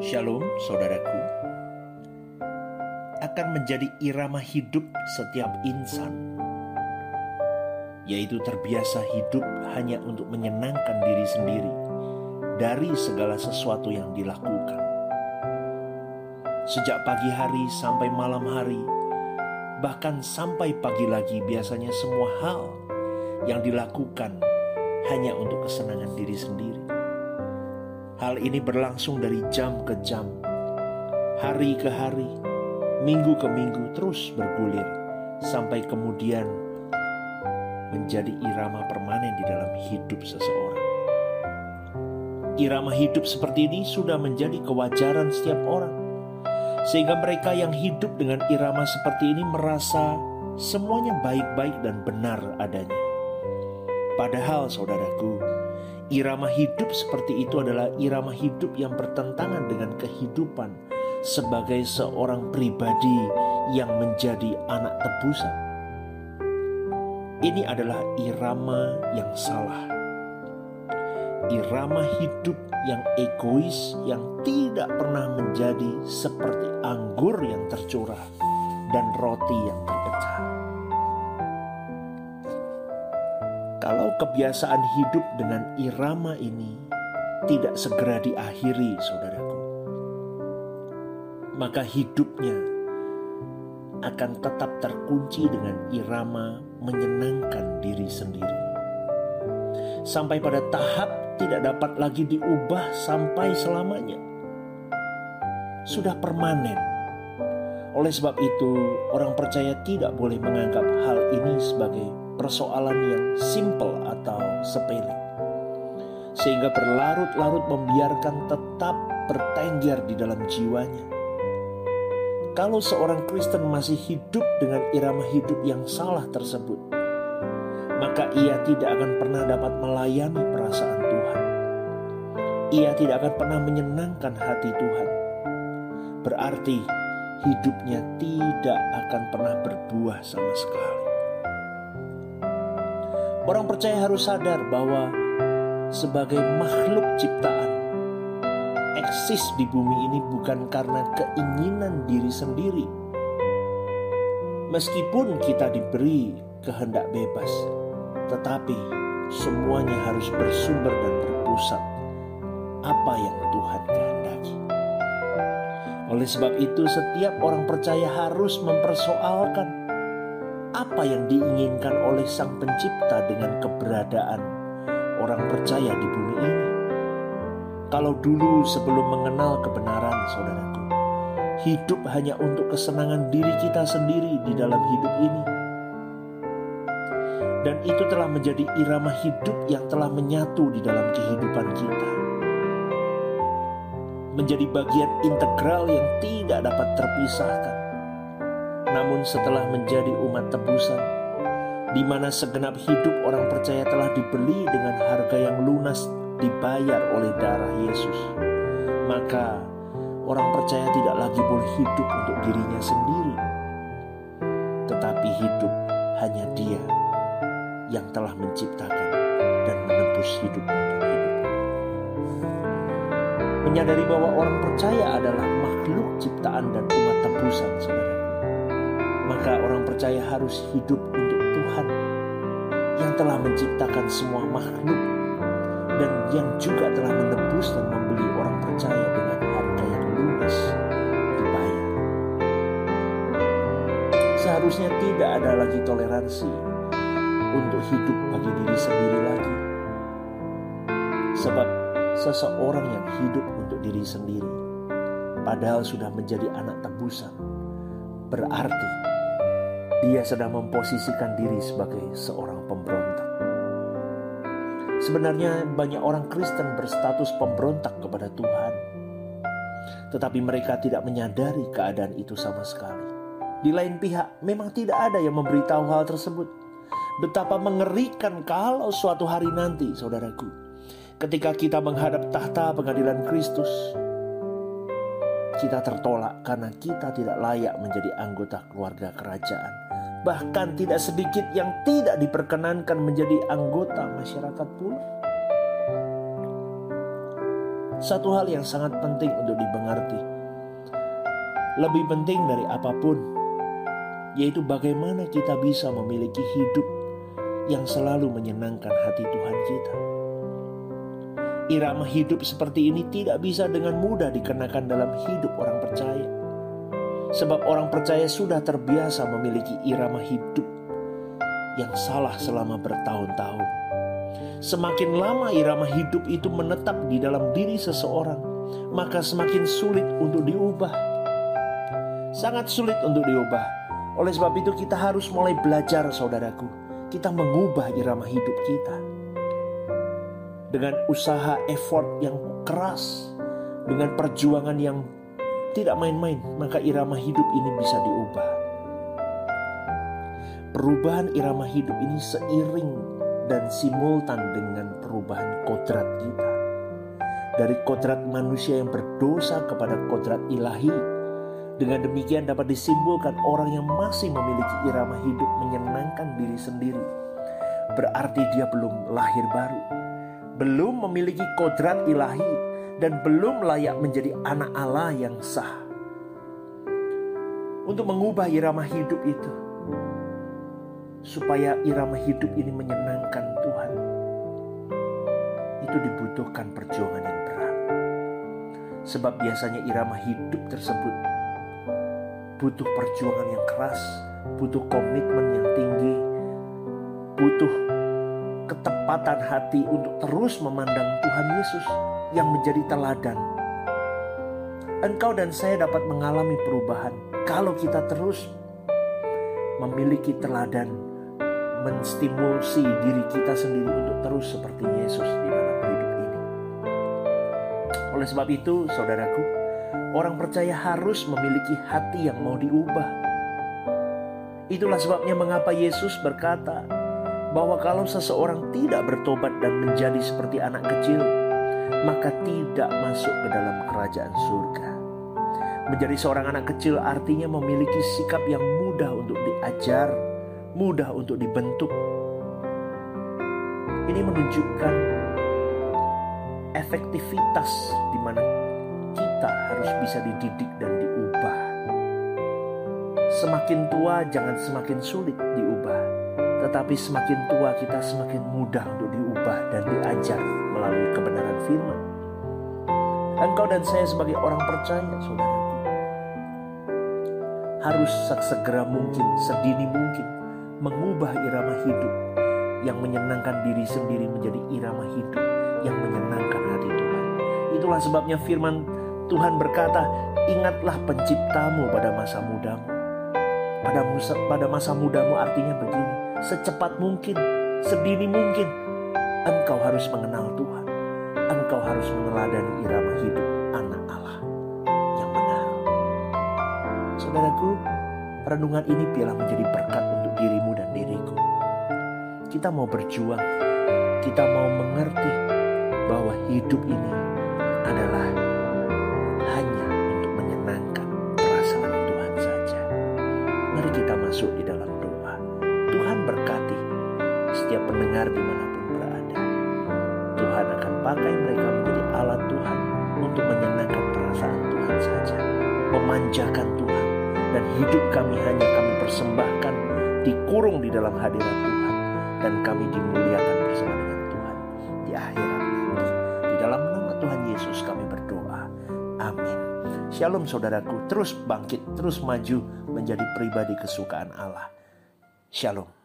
Shalom saudaraku. Akan menjadi irama hidup setiap insan, yaitu terbiasa hidup hanya untuk menyenangkan diri sendiri dari segala sesuatu yang dilakukan. Sejak pagi hari sampai malam hari, bahkan sampai pagi lagi, biasanya semua hal yang dilakukan hanya untuk kesenangan diri sendiri. Hal ini berlangsung dari jam ke jam, hari ke hari, minggu ke minggu, terus bergulir sampai kemudian menjadi irama permanen di dalam hidup seseorang. Irama hidup seperti ini sudah menjadi kewajaran setiap orang, sehingga mereka yang hidup dengan irama seperti ini merasa semuanya baik-baik dan benar adanya. Padahal saudaraku, irama hidup seperti itu adalah irama hidup yang bertentangan dengan kehidupan sebagai seorang pribadi yang menjadi anak tebusan. Ini adalah irama yang salah. Irama hidup yang egois, yang tidak pernah menjadi seperti anggur yang tercurah dan roti yang terpecah. Kalau kebiasaan hidup dengan irama ini tidak segera diakhiri, saudaraku, maka hidupnya akan tetap terkunci dengan irama menyenangkan diri sendiri. Sampai pada tahap tidak dapat lagi diubah sampai selamanya. Sudah permanen. Oleh sebab itu, orang percaya tidak boleh menganggap hal ini sebagai persoalan yang simple atau sepele, sehingga berlarut-larut membiarkan tetap bertengger di dalam jiwanya. Kalau seorang Kristen masih hidup dengan irama hidup yang salah tersebut, maka ia tidak akan pernah dapat melayani perasaan Tuhan. Ia tidak akan pernah menyenangkan hati Tuhan. Berarti hidupnya tidak akan pernah berbuah sama sekali. Orang percaya harus sadar bahwa sebagai makhluk ciptaan, eksis di bumi ini bukan karena keinginan diri sendiri. Meskipun kita diberi kehendak bebas, tetapi semuanya harus bersumber dan berpusat apa yang Tuhan kehendaki. Oleh sebab itu, setiap orang percaya harus mempersoalkan apa yang diinginkan oleh Sang Pencipta dengan keberadaan orang percaya di bumi ini. Kalau dulu sebelum mengenal kebenaran, saudaraku, hidup hanya untuk kesenangan diri kita sendiri di dalam hidup ini, dan itu telah menjadi irama hidup yang telah menyatu di dalam kehidupan kita, menjadi bagian integral yang tidak dapat terpisahkan. Namun setelah menjadi umat tebusan, di mana segenap hidup orang percaya telah dibeli dengan harga yang lunas dibayar oleh darah Yesus, maka orang percaya tidak lagi boleh hidup untuk dirinya sendiri, tetapi hidup hanya Dia yang telah menciptakan dan menebus hidup untuk hidup. Menyadari bahwa orang percaya adalah makhluk ciptaan dan umat tebusan, saudara, maka orang percaya harus hidup untuk Tuhan yang telah menciptakan semua makhluk dan yang juga telah menebus dan membeli orang percaya dengan harga yang lunas dibayar. Seharusnya tidak ada lagi toleransi untuk hidup bagi diri sendiri lagi. Sebab seseorang yang hidup untuk diri sendiri, padahal sudah menjadi anak tebusan, berarti dia sedang memposisikan diri sebagai seorang pemberontak. Sebenarnya banyak orang Kristen berstatus pemberontak kepada Tuhan, tetapi mereka tidak menyadari keadaan itu sama sekali. Di lain pihak, memang tidak ada yang memberitahu hal tersebut. Betapa mengerikan kalau suatu hari nanti, saudaraku, ketika kita menghadap tahta pengadilan Kristus, kita tertolak karena kita tidak layak menjadi anggota keluarga kerajaan. Bahkan tidak sedikit yang tidak diperkenankan menjadi anggota masyarakat pula. satu hal yang sangat penting untuk dimengerti, lebih penting dari apapun, yaitu bagaimana kita bisa memiliki hidup yang selalu menyenangkan hati Tuhan kita. Irama hidup seperti ini tidak bisa dengan mudah dikenakan dalam hidup orang percaya. Sebab orang percaya sudah terbiasa memiliki irama hidup yang salah selama bertahun-tahun. Semakin lama irama hidup itu menetap di dalam diri seseorang, maka semakin sulit untuk diubah. Sangat sulit untuk diubah. Oleh sebab itu kita harus mulai belajar, saudaraku. Kita mengubah irama hidup kita. Dengan usaha effort yang keras, dengan perjuangan yang tidak main-main, maka irama hidup ini bisa diubah. Perubahan irama hidup ini seiring dan simultan dengan perubahan kodrat kita. Dari kodrat manusia yang berdosa kepada kodrat ilahi. Dengan demikian dapat disimpulkan orang yang masih memiliki irama hidup menyenangkan diri sendiri. Berarti dia belum lahir baru, belum memiliki kodrat ilahi, dan belum layak menjadi anak Allah yang sah. Untuk mengubah irama hidup itu, supaya irama hidup ini menyenangkan Tuhan, itu dibutuhkan perjuangan yang berat. Sebab biasanya irama hidup tersebut butuh perjuangan yang keras, butuh komitmen yang tinggi, butuh ketepatan hati untuk terus memandang Tuhan Yesus yang menjadi teladan. Engkau dan saya dapat mengalami perubahan kalau kita terus memiliki teladan, menstimulasi diri kita sendiri untuk terus seperti Yesus di dalam hidup ini. Oleh sebab itu, saudaraku, orang percaya harus memiliki hati yang mau diubah. Itulah sebabnya mengapa Yesus berkata bahwa kalau seseorang tidak bertobat dan menjadi seperti anak kecil, maka tidak masuk ke dalam kerajaan surga. Menjadi seorang anak kecil artinya memiliki sikap yang mudah untuk diajar, mudah untuk dibentuk. Ini menunjukkan efektivitas di mana kita harus bisa dididik dan diubah. Semakin tua jangan semakin sulit diubah, tetapi semakin tua kita semakin mudah untuk diubah dan diajar melalui kebenaran firman. Engkau dan saya sebagai orang percaya, saudaraku, harus segera mungkin, sedini mungkin mengubah irama hidup yang menyenangkan diri sendiri menjadi irama hidup yang menyenangkan hati Tuhan. Itulah sebabnya firman Tuhan berkata, ingatlah penciptamu pada masa mudamu. Pada masa mudamu artinya begini, secepat mungkin, sedini mungkin, engkau harus mengenal Tuhan. Engkau harus meneladani irama hidup anak Allah yang benar. Saudaraku, renungan ini biarlah menjadi berkat untuk dirimu dan diriku. Kita mau berjuang, kita mau mengerti bahwa hidup ini adalah hanya untuk menyenangkan perasaan Tuhan saja. Mari kita masuk di dalam doa. Tuhan berkati setiap pendengar dimanapun berada. Tuhan akan pakai mereka menjadi alat Tuhan untuk menyenangkan perasaan Tuhan saja, memanjakan Tuhan, dan hidup kami hanya kami persembahkan, dikurung di dalam hadirat Tuhan, dan kami dimuliakan bersama dengan Tuhan di akhirat nanti. Di dalam nama Tuhan Yesus kami berdoa. Amin. Shalom saudaraku, terus bangkit, terus maju menjadi pribadi kesukaan Allah. Shalom.